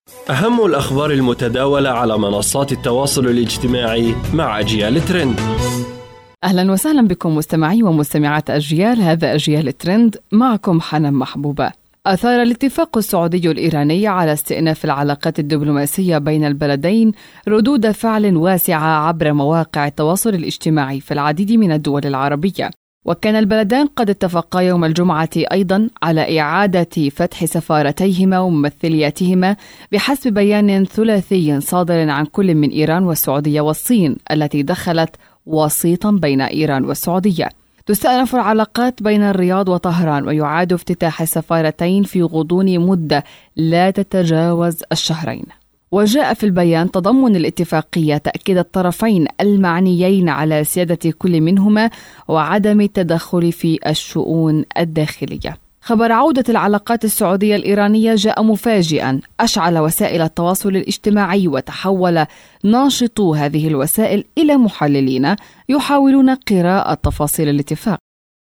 أهم الأخبار المتداولة على منصات التواصل الاجتماعي مع أجيال ترند. أهلا وسهلا بكم مستمعي ومستمعات أجيال، هذا أجيال ترند، معكم حنان محبوبة. أثار الاتفاق السعودي الإيراني على استئناف العلاقات الدبلوماسية بين البلدين ردود فعل واسعة عبر مواقع التواصل الاجتماعي في العديد من الدول العربية. وكان البلدان قد اتفقا يوم الجمعة أيضا على إعادة فتح سفارتيهما وممثلياتهما بحسب بيان ثلاثي صادر عن كل من إيران والسعودية والصين التي دخلت وسيطا بين إيران والسعودية. تستأنف العلاقات بين الرياض وطهران ويعاد افتتاح السفارتين في غضون مدة لا تتجاوز الشهرين. وجاء في البيان تضمن الاتفاقية تأكيد الطرفين المعنيين على سيادة كل منهما وعدم التدخل في الشؤون الداخلية. خبر عودة العلاقات السعودية الإيرانية جاء مفاجئا، أشعل وسائل التواصل الاجتماعي وتحول ناشطو هذه الوسائل إلى محللين يحاولون قراءة تفاصيل الاتفاق.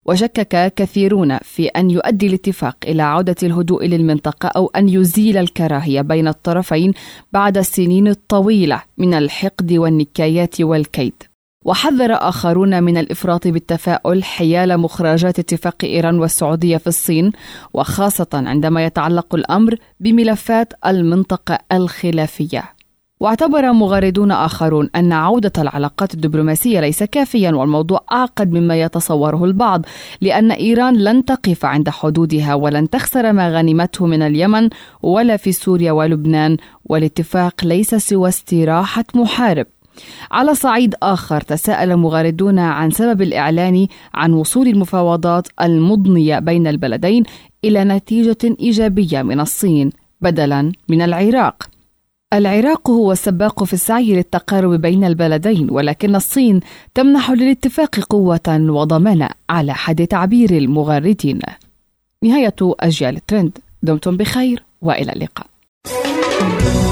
وشكك كثيرون في أن يؤدي الاتفاق إلى عودة الهدوء للمنطقة أو أن يزيل الكراهية بين الطرفين بعد السنين الطويلة من الحقد والنكايات والكيد. وحذر آخرون من الإفراط بالتفاؤل حيال مخرجات اتفاق إيران والسعودية في الصين، وخاصة عندما يتعلق الأمر بملفات المنطقة الخلافية. واعتبر مغردون آخرون أن عودة العلاقات الدبلوماسية ليس كافيا، والموضوع أعقد مما يتصوره البعض، لأن إيران لن تقف عند حدودها ولن تخسر ما غنمته من اليمن ولا في سوريا ولبنان، والاتفاق ليس سوى استراحة محارب. على صعيد آخر، تساءل مغردون عن سبب الإعلان عن وصول المفاوضات المضنية بين البلدين إلى نتيجة إيجابية من الصين بدلا من العراق. العراق هو السباق في السعي للتقارب بين البلدين، ولكن الصين تمنح للاتفاق قوة وضمانة على حد تعبير المغردين. نهاية أجيال ترند، دمتم بخير وإلى اللقاء.